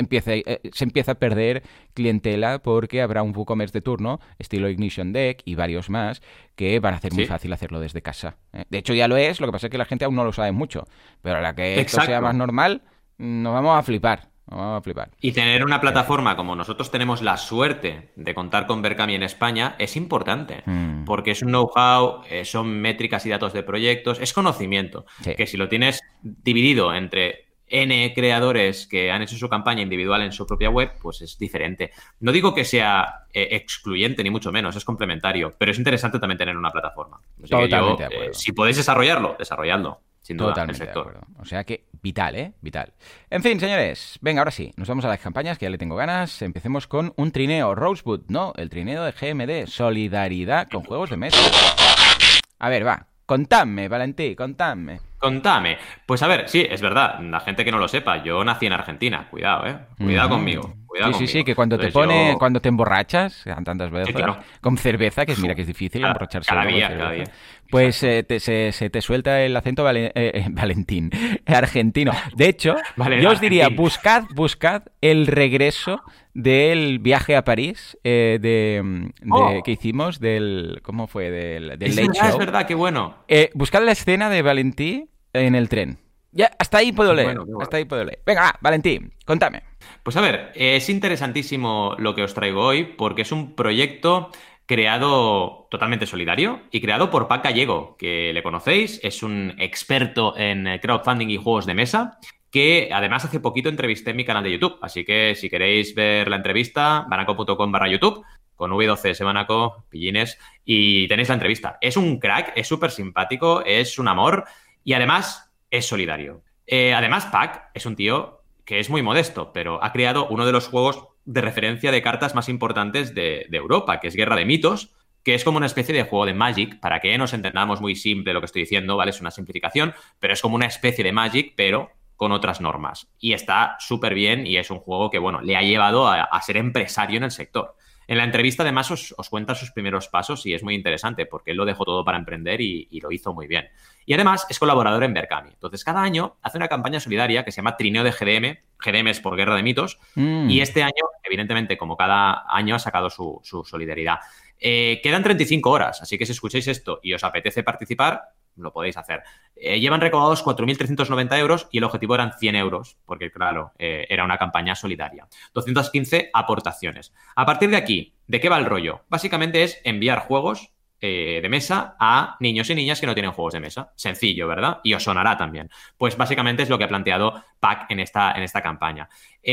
se empieza a perder clientela porque habrá un WooCommerce de turno, estilo Ignition Deck y varios más, que van a hacer muy fácil hacerlo desde casa. De hecho ya lo es, lo que pasa es que la gente aún no lo sabe mucho, pero a la que esto sea más normal, nos vamos a flipar. Y tener una plataforma como nosotros tenemos la suerte de contar con Berkami en España es importante, porque es un know-how, son métricas y datos de proyectos, es conocimiento, que si lo tienes dividido entre N creadores que han hecho su campaña individual en su propia web, pues es diferente. No digo que sea excluyente, ni mucho menos, es complementario, pero es interesante también tener una plataforma. Totalmente de acuerdo. Si podéis desarrolladlo, sin duda, totalmente el sector. De acuerdo. O sea que vital, vital. En fin, señores, venga, ahora sí, nos vamos a las campañas, que ya le tengo ganas. Empecemos con un trineo Rosebud, ¿no? El trineo de GMD, solidaridad con juegos de mesa. A ver, va, contadme, Valentí, contadme. Contame. Pues a ver, sí, es verdad, la gente que no lo sepa, yo nací en Argentina, cuidado, cuidado conmigo. Sí, que cuando cuando te emborrachas, tantas veces, con cerveza, que mira que es difícil emborracharse. Cada día. Pues se te suelta el acento Valentín, argentino. De hecho, yo os diría, buscad el regreso del viaje a París que hicimos, ¿cómo fue? Del Late Show. Es verdad, qué bueno. Buscad la escena de Valentí en el tren. Ya, hasta ahí puedo leer. Hasta ahí puedo leer. Venga, va, Valentín, contame. Pues a ver, es interesantísimo lo que os traigo hoy porque es un proyecto creado totalmente solidario y creado por Pac Gallego, que le conocéis, es un experto en crowdfunding y juegos de mesa, que además hace poquito entrevisté en mi canal de YouTube, así que si queréis ver la entrevista, banaco.com/YouTube, con V12S Banaco, pillines, y tenéis la entrevista. Es un crack, es súper simpático, es un amor y además es solidario. Además, Pac es un tío que es muy modesto, pero ha creado uno de los juegos de referencia de cartas más importantes de Europa, que es Guerra de Mitos, que es como una especie de juego de Magic, para que nos entendamos muy simple lo que estoy diciendo, ¿vale? Es una simplificación, pero es como una especie de Magic, pero con otras normas. Y está súper bien y es un juego que, bueno, le ha llevado a ser empresario en el sector. En la entrevista, además, os cuenta sus primeros pasos y es muy interesante porque él lo dejó todo para emprender y lo hizo muy bien. Y además es colaborador en Berkami. Entonces, cada año hace una campaña solidaria que se llama Trineo de GDM. GDM es por Guerra de Mitos. Y este año, evidentemente, como cada año, ha sacado su solidaridad. Quedan 35 horas, así que si escucháis esto y os apetece participar, lo podéis hacer. Llevan recaudados 4.390 euros y el objetivo eran 100 euros, porque claro, era una campaña solidaria. 215 aportaciones. A partir de aquí, ¿de qué va el rollo? Básicamente es enviar juegos de mesa a niños y niñas que no tienen juegos de mesa. Sencillo, ¿verdad? Y os sonará también. Pues básicamente es lo que ha planteado Pac en esta campaña.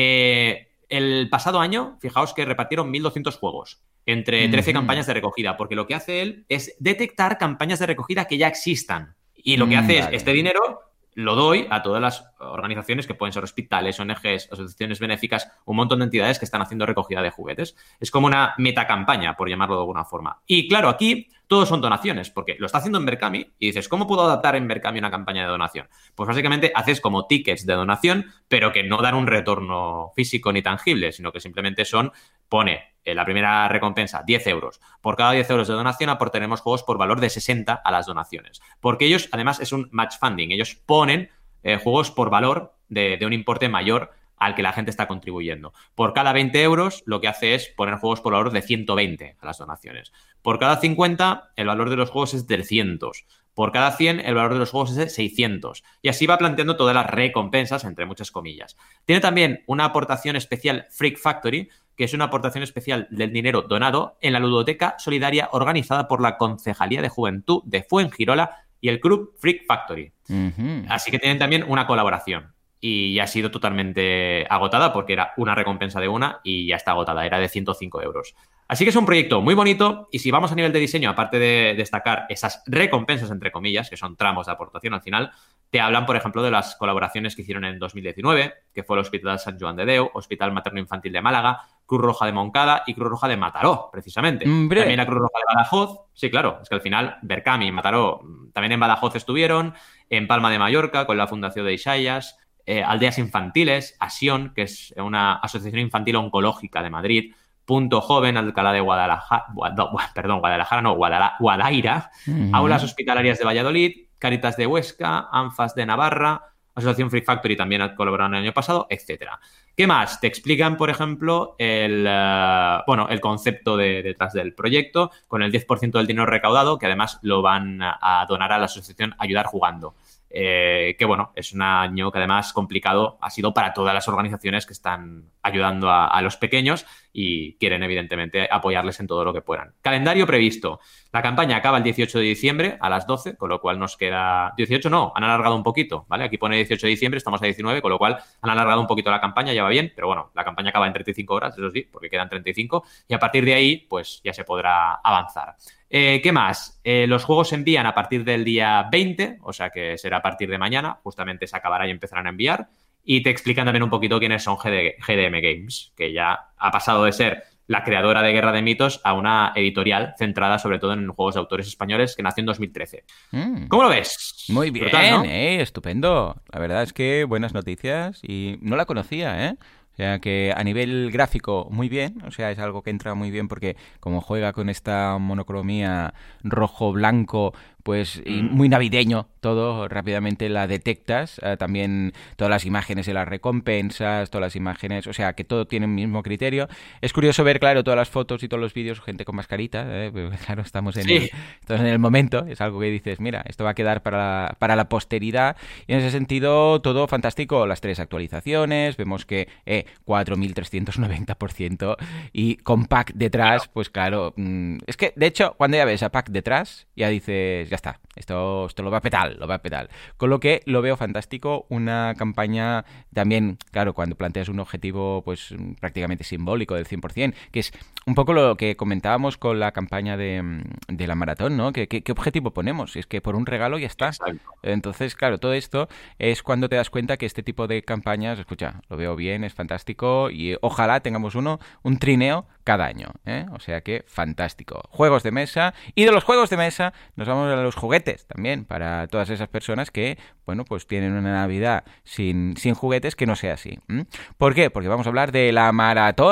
El pasado año, fijaos que repartieron 1.200 juegos entre 13 campañas de recogida, porque lo que hace él es detectar campañas de recogida que ya existan. Y lo que hace es, este dinero lo doy a todas las organizaciones que pueden ser hospitales, ONGs, asociaciones benéficas, un montón de entidades que están haciendo recogida de juguetes. Es como una metacampaña, por llamarlo de alguna forma. Y claro, aquí todos son donaciones, porque lo está haciendo en Berkami y dices, ¿cómo puedo adaptar en Berkami una campaña de donación? Pues básicamente haces como tickets de donación, pero que no dan un retorno físico ni tangible, sino que simplemente pone la primera recompensa 10 euros. Por cada 10 euros de donación aportaremos juegos por valor de 60 a las donaciones. Porque ellos, además, es un match funding. Ellos ponen juegos por valor de un importe mayor al que la gente está contribuyendo. Por cada 20 euros, lo que hace es poner juegos por valor de 120 a las donaciones. Por cada 50, el valor de los juegos es de 300. Por cada 100, el valor de los juegos es de 600. Y así va planteando todas las recompensas, entre muchas comillas. Tiene también una aportación especial Freak Factory, que es una aportación especial del dinero donado en la ludoteca solidaria organizada por la Concejalía de Juventud de Fuengirola y el Club Freak Factory. Así que tienen también una colaboración. Y ya ha sido totalmente agotada porque era una recompensa de una y ya está agotada, era de 105 euros. Así que es un proyecto muy bonito y si vamos a nivel de diseño, aparte de destacar esas recompensas, entre comillas, que son tramos de aportación al final, te hablan, por ejemplo, de las colaboraciones que hicieron en 2019, que fue el Hospital Sant Joan de Déu, Hospital Materno Infantil de Málaga, Cruz Roja de Moncada y Cruz Roja de Mataró, precisamente. También la Cruz Roja de Badajoz. Sí, claro, es que al final Berkami y Mataró también en Badajoz estuvieron, en Palma de Mallorca con la Fundación de Ishayas, Aldeas Infantiles, Asión, que es una asociación infantil oncológica de Madrid, Punto Joven, Alcalá de Guadaira, Aulas Hospitalarias de Valladolid, Cáritas de Huesca, ANFAS de Navarra, Asociación Freak Factory también ha colaborado el año pasado, etcétera. ¿Qué más? Te explican, por ejemplo, el concepto detrás del proyecto, con el 10% del dinero recaudado, que además lo van a donar a la asociación Ayudar Jugando. Que bueno, es un año que además complicado ha sido para todas las organizaciones que están ayudando a los pequeños y quieren evidentemente apoyarles en todo lo que puedan. Calendario previsto. La campaña acaba el 18 de diciembre a las 12, con lo cual nos queda... 18 no, han alargado un poquito, ¿vale? Aquí pone 18 de diciembre, estamos a 19, con lo cual han alargado un poquito la campaña, ya va bien, pero bueno, la campaña acaba en 35 horas, eso sí, porque quedan 35, y a partir de ahí, pues ya se podrá avanzar. ¿Qué más? Los juegos se envían a partir del día 20, o sea que será a partir de mañana, justamente se acabará y empezarán a enviar. Y te explican también un poquito quiénes son GDM Games, que ya ha pasado de ser la creadora de Guerra de Mitos a una editorial centrada sobre todo en juegos de autores españoles que nació en 2013. ¿Cómo lo ves? Muy bien, brutal, ¿no? Estupendo. La verdad es que buenas noticias y no la conocía, ¿eh? O sea, que a nivel gráfico muy bien, o sea, es algo que entra muy bien porque como juega con esta monocromía rojo-blanco, pues y muy navideño todo, rápidamente la detectas, también todas las imágenes de las recompensas, todas las imágenes, o sea, que todo tiene el mismo criterio. Es curioso ver, claro, todas las fotos y todos los vídeos, gente con mascarita, porque, claro, estamos en el momento, es algo que dices, mira, esto va a quedar para la posteridad, y en ese sentido, todo fantástico, las 3 actualizaciones, vemos que 4.390%, y con pack detrás, pues claro, es que, de hecho, cuando ya ves a pack detrás, ya dices, ya está, esto lo va a petar, lo va a petar. Con lo que lo veo fantástico, una campaña también, claro, cuando planteas un objetivo pues prácticamente simbólico del 100%, que es un poco lo que comentábamos con la campaña de la maratón, ¿no? ¿Qué objetivo ponemos? Es que por un regalo ya está. Exacto. Entonces, claro, todo esto es cuando te das cuenta que este tipo de campañas, escucha, lo veo bien, es fantástico y ojalá tengamos un trineo cada año, ¿eh? O sea que fantástico. Juegos de mesa, y de los juegos de mesa nos vamos a los juguetes también, para todas esas personas que, bueno, pues tienen una Navidad sin juguetes, que no sea así. ¿Por qué? Porque vamos a hablar de la maratón.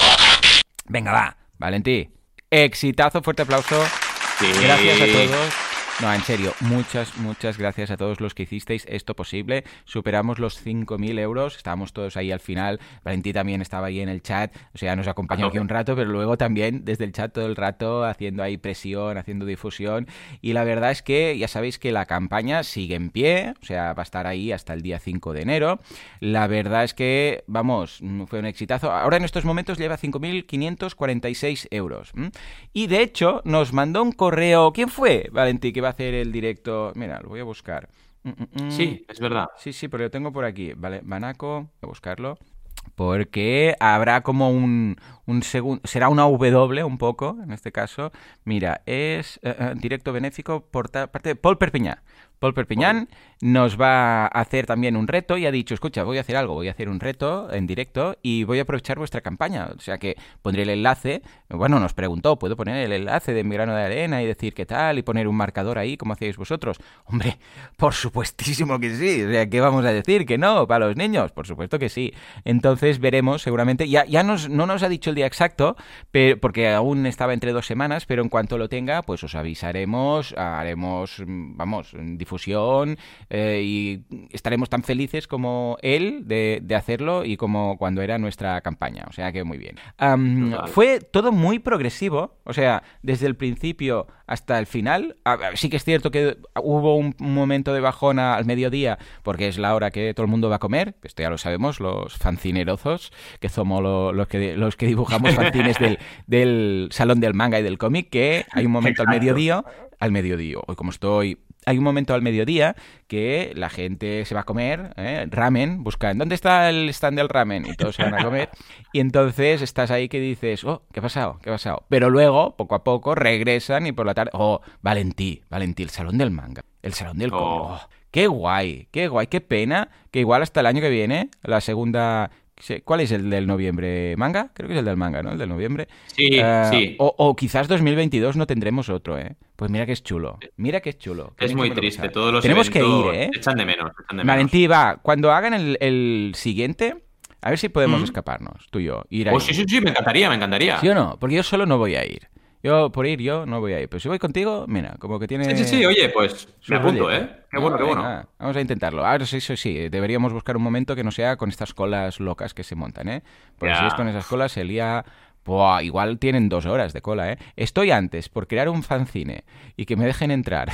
Venga, va, Valentí. Exitazo, fuerte aplauso. Sí. Gracias a todos. No, en serio, muchas gracias a todos los que hicisteis esto posible. Superamos los 5.000 euros, estábamos todos ahí al final. Valentí también estaba ahí en el chat, o sea, nos acompañó aquí un rato, pero luego también desde el chat todo el rato haciendo ahí presión, haciendo difusión. Y la verdad es que ya sabéis que la campaña sigue en pie, o sea, va a estar ahí hasta el día 5 de enero. La verdad es que, vamos, fue un exitazo. Ahora en estos momentos lleva 5.546 euros. Y de hecho nos mandó un correo. ¿Quién fue, Valentí, que va a hacer el directo? Mira, lo voy a buscar. Sí, es verdad. Sí, pero lo tengo por aquí. Vale, Banaco, voy a buscarlo. Porque habrá como un segundo, será una W un poco, en este caso. Mira, es directo benéfico por parte de Paul Perpiñán. Paul Perpiñán nos va a hacer también un reto y ha dicho, escucha, voy a hacer algo, voy a hacer un reto en directo y voy a aprovechar vuestra campaña. O sea que pondré el enlace, bueno, nos preguntó, ¿puedo poner el enlace de Mi Grano de Arena y decir qué tal y poner un marcador ahí como hacéis vosotros? Hombre, por supuestísimo que sí. O sea, ¿qué vamos a decir? ¿Que no? ¿Para los niños? Por supuesto que sí. Entonces veremos seguramente, no nos ha dicho el día exacto, porque aún estaba entre 2 semanas, pero en cuanto lo tenga, pues os avisaremos, haremos, vamos, difusión y estaremos tan felices como él de hacerlo y como cuando era nuestra campaña. O sea que muy bien. Fue todo muy progresivo, o sea, desde el principio hasta el final. Sí que es cierto que hubo un momento de bajona al mediodía, porque es la hora que todo el mundo va a comer. Esto ya lo sabemos, los fancinerozos, que somos los que dibujamos fanzines del salón del manga y del cómic, que hay un momento al mediodía, hoy como estoy... Hay un momento al mediodía que la gente se va a comer ramen, buscan ¿dónde está el stand del ramen? Y todos se van a comer. Y entonces estás ahí que dices, oh, ¿qué ha pasado? ¿Qué ha pasado? Pero luego, poco a poco, regresan y por la tarde, oh, Valentí, el salón del manga, el salón del cómic. Oh, qué guay, qué pena que igual hasta el año que viene, la segunda... ¿Cuál es el del noviembre? ¿Manga? Creo que es el del manga, ¿no? El del noviembre. Sí, sí. O quizás 2022 no tendremos otro, ¿eh? Pues mira que es chulo. Mira que es chulo. Es muy triste. Todos los tenemos que ir, ¿eh? Echan de menos. Valentí, va. Cuando hagan el siguiente, a ver si podemos escaparnos, tú y yo. Ir ahí. Oh, sí, me encantaría. ¿Sí o no? Porque yo solo no voy a ir. Yo no voy a ir. Pero si voy contigo, mira, como que tiene... Sí, oye, pues me apunto, ¿eh? Qué bueno. Vamos a intentarlo. Ahora sí, deberíamos buscar un momento que no sea con estas colas locas que se montan, ¿eh? Porque si es con esas colas se lía... Buah, igual tienen 2 horas de cola, ¿eh? Estoy antes por crear un fanzine y que me dejen entrar...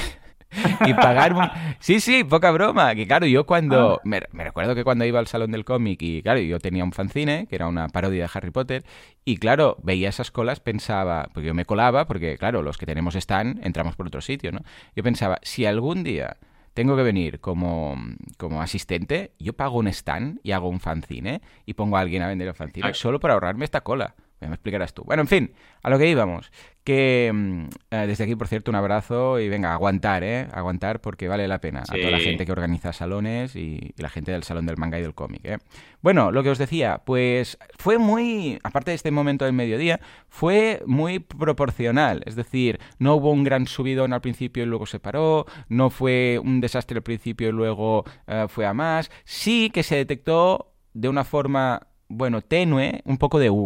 y pagar un... Sí, poca broma. Que claro, yo cuando... Me recuerdo que cuando iba al salón del cómic y claro, yo tenía un fanzine, que era una parodia de Harry Potter, y claro, veía esas colas, pensaba... Porque yo me colaba, porque claro, los que tenemos stand, entramos por otro sitio, ¿no? Yo pensaba, si algún día tengo que venir como asistente, yo pago un stand y hago un fanzine y pongo a alguien a vender el fanzine solo para ahorrarme esta cola. Ya me explicarás tú. Bueno, en fin, a lo que íbamos. Que desde aquí, por cierto, un abrazo y venga, aguantar porque vale la pena. Sí. A toda la gente que organiza salones y la gente del salón del manga y del cómic, ¿eh? Bueno, lo que os decía, pues fue muy, aparte de este momento del mediodía, fue muy proporcional. Es decir, no hubo un gran subidón al principio y luego se paró, no fue un desastre al principio y luego fue a más. Sí que se detectó de una forma, bueno, tenue, un poco de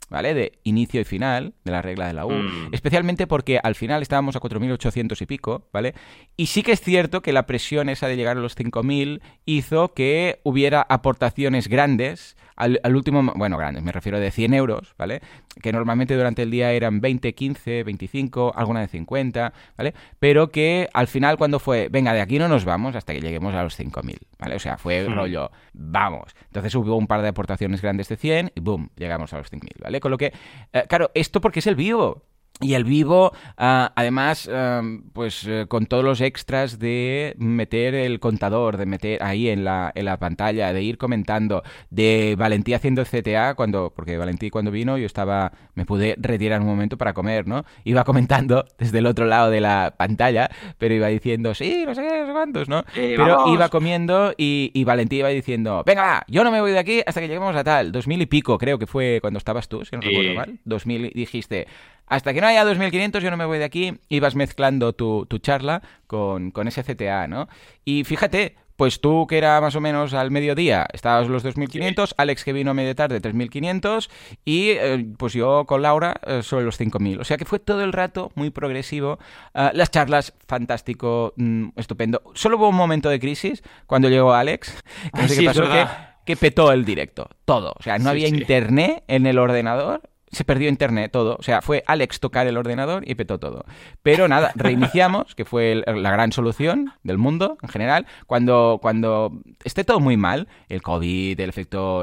¿vale? De inicio y final de la regla de la U, especialmente porque al final estábamos a 4.800 y pico, ¿vale? Y sí que es cierto que la presión esa de llegar a los 5.000 hizo que hubiera aportaciones grandes al último, bueno, grandes, me refiero de 100 euros, ¿vale? Que normalmente durante el día eran 20, 15, 25, alguna de 50, ¿vale? Pero que al final cuando fue, venga, de aquí no nos vamos hasta que lleguemos a los 5.000, ¿vale? O sea, fue rollo, vamos. Entonces hubo un par de aportaciones grandes de 100 y boom, llegamos a los 5.000, ¿vale? Con lo que, claro, esto porque es el vivo. Y el vivo, además, con todos los extras de meter el contador, de meter ahí en la pantalla, de ir comentando, de Valentí haciendo el CTA, porque Valentí cuando vino yo me pude retirar un momento para comer, ¿no? Iba comentando desde el otro lado de la pantalla, pero iba diciendo, sí, no sé qué, no sé cuántos, ¿no? Pero vamos. Iba comiendo y Valentí iba diciendo, venga, va, yo no me voy de aquí hasta que lleguemos a tal, 2.000 y pico, creo que fue cuando estabas tú, si no recuerdo mal, 2.000, dijiste... Hasta que no haya 2.500 yo no me voy de aquí. Ibas mezclando tu charla con ese CTA, ¿no? Y fíjate, pues tú que era más o menos al mediodía, estabas los 2.500, sí. Alex que vino a media tarde 3.500 y pues yo con Laura sobre los 5.000. O sea que fue todo el rato muy progresivo. Las charlas, fantástico, estupendo. Solo hubo un momento de crisis cuando llegó Alex, que no sé qué pasó, que petó el directo, todo. O sea, no había internet en el ordenador. Se perdió internet, todo. O sea, fue Alex tocar el ordenador y petó todo. Pero nada, reiniciamos, que fue la gran solución del mundo en general. Cuando esté todo muy mal, el COVID, el efecto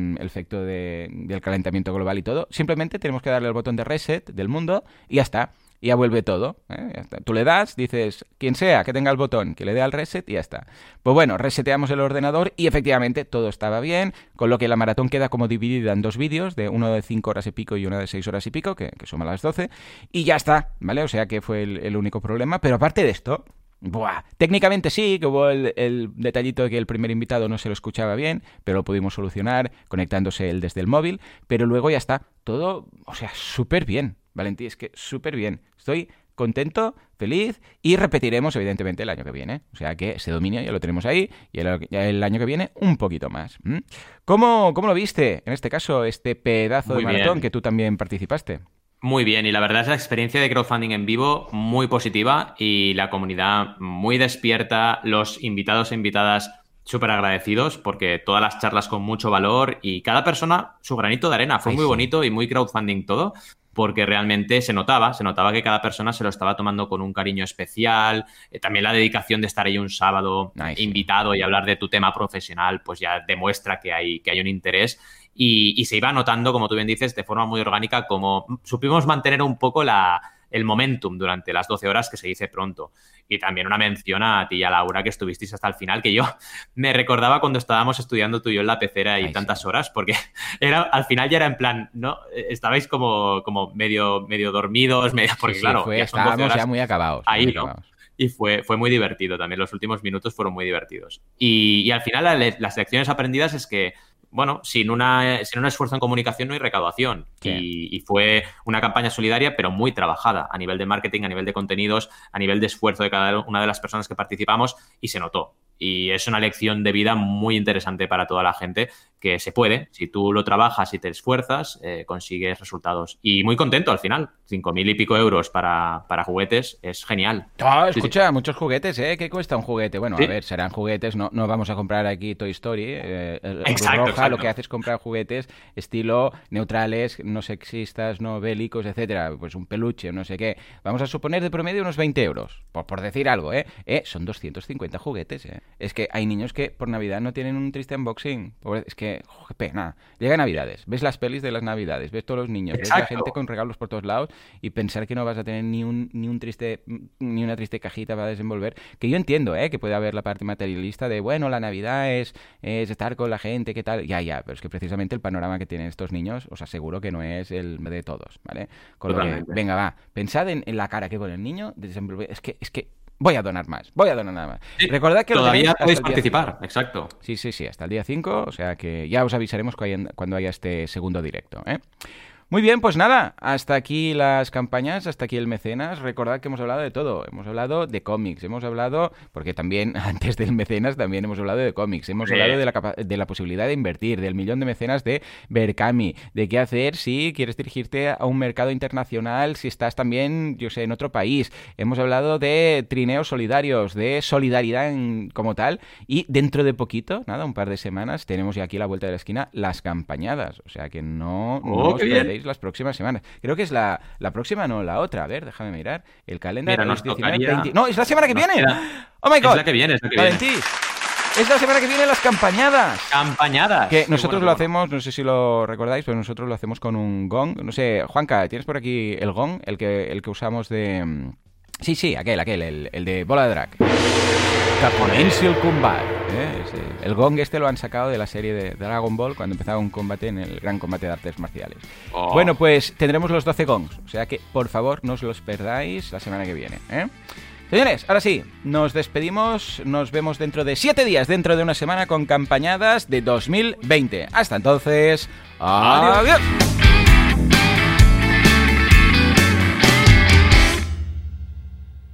del calentamiento global y todo, simplemente tenemos que darle el botón de reset del mundo y ya está. Y ya vuelve todo, ¿eh? Ya está. Tú le das, dices, quien sea que tenga el botón, que le dé al reset y ya está. Pues bueno, reseteamos el ordenador y efectivamente todo estaba bien, con lo que la maratón queda como dividida en dos vídeos, uno de 5 horas y pico y uno de 6 horas y pico, que suma las 12, y ya está, ¿vale? O sea que fue el único problema, pero aparte de esto... Técnicamente sí, que hubo el detallito de que el primer invitado no se lo escuchaba bien, pero lo pudimos solucionar conectándose él desde el móvil, pero luego ya está, todo, o sea, súper bien, Valentí, es que súper bien, estoy contento, feliz y repetiremos evidentemente el año que viene, o sea que ese dominio ya lo tenemos ahí y el año que viene un poquito más. ¿Cómo lo viste, en este caso, este pedazo de maratón que tú también participaste? Muy bien, y la verdad es la experiencia de crowdfunding en vivo muy positiva y la comunidad muy despierta, los invitados e invitadas súper agradecidos porque todas las charlas con mucho valor y cada persona su granito de arena. Fue muy bonito y muy crowdfunding todo porque realmente se notaba que cada persona se lo estaba tomando con un cariño especial. También la dedicación de estar ahí un sábado invitado y hablar de tu tema profesional pues ya demuestra que hay un interés. Y se iba notando, como tú bien dices, de forma muy orgánica, como supimos mantener un poco el momentum durante las 12 horas, que se dice pronto. Y también una mención a ti y a Laura, que estuvisteis hasta el final, que yo me recordaba cuando estábamos estudiando tú y yo en la pecera y tantas horas, porque al final ya era en plan, ¿no? Estabais como medio dormidos, porque claro, estábamos ya muy acabados. Ahí, ¿no? Y fue muy divertido también. Los últimos minutos fueron muy divertidos. Y al final las lecciones aprendidas es que bueno, sin un esfuerzo en comunicación no hay recaudación. Sí. Y fue una campaña solidaria, pero muy trabajada a nivel de marketing, a nivel de contenidos, a nivel de esfuerzo de cada una de las personas que participamos y se notó. Y es una lección de vida muy interesante para toda la gente que se puede. Si tú lo trabajas y te esfuerzas, consigues resultados. Y muy contento al final. 5.000 y pico euros para juguetes es genial. Escucha, muchos juguetes, ¿eh? ¿Qué cuesta un juguete? Bueno, a ver, serán juguetes. No vamos a comprar aquí Toy Story. Exacto. Lo que hace es comprar juguetes estilo neutrales, no sexistas, no bélicos, etcétera. Pues un peluche, no sé qué. Vamos a suponer de promedio unos 20 euros. Por decir algo, ¿eh? Son 250 juguetes, ¿eh? Es que hay niños que por Navidad no tienen un triste unboxing. Es que, qué pena. Llega Navidades, ves las pelis de las Navidades, ves todos los niños, ves la gente con regalos por todos lados y pensar que no vas a tener ni una triste cajita para desenvolver. Que yo entiendo, que puede haber la parte materialista de, bueno, la Navidad es estar con la gente, ¿qué tal? Ya, pero es que precisamente el panorama que tienen estos niños, os aseguro que no es el de todos, ¿vale? Con lo que, venga, va, pensad en la cara que pone el niño de desenvolver. Es que voy a donar más. Sí, recordad que todavía podéis participar, exacto. Sí, hasta el día 5, o sea que ya os avisaremos cuando haya este segundo directo, ¿eh? Muy bien, pues nada, hasta aquí las campañas, hasta aquí el mecenas. Recordad que hemos hablado de todo. Hemos hablado de cómics, hemos hablado, porque también antes del mecenas también hemos hablado de cómics. Hemos hablado de la posibilidad de invertir, del millón de mecenas de Berkami, de qué hacer si quieres dirigirte a un mercado internacional, si estás también, yo sé, en otro país. Hemos hablado de trineos solidarios, de solidaridad como tal. Y dentro de poquito, nada, un par de semanas, tenemos ya aquí a la vuelta de la esquina las campañadas. O sea que no os perdéis las próximas semanas. Creo que es la próxima, no la otra. A ver, déjame mirar. El calendario. Mira, nos 19, tocaría... 20... No, es la semana que viene. Queda... ¡Oh, my God! Es la que viene, es la que Valentí. viene. Es la semana que viene las campañadas. ¡Campañadas! Que nosotros lo hacemos, no sé si lo recordáis, pero nosotros lo hacemos con un gong. No sé, Juanca, ¿tienes por aquí el gong? El que usamos de... Sí, aquel, el de bola de drag. Comenci el combat. Sí. El gong lo han sacado de la serie de Dragon Ball cuando empezaba un combate en el gran combate de artes marciales. Bueno, pues tendremos los 12 gongs. O sea que, por favor, no os los perdáis la semana que viene. Señores, ahora sí, nos despedimos. Nos vemos dentro de 7 días, dentro de una semana, con campañadas de 2020. Hasta entonces, adiós.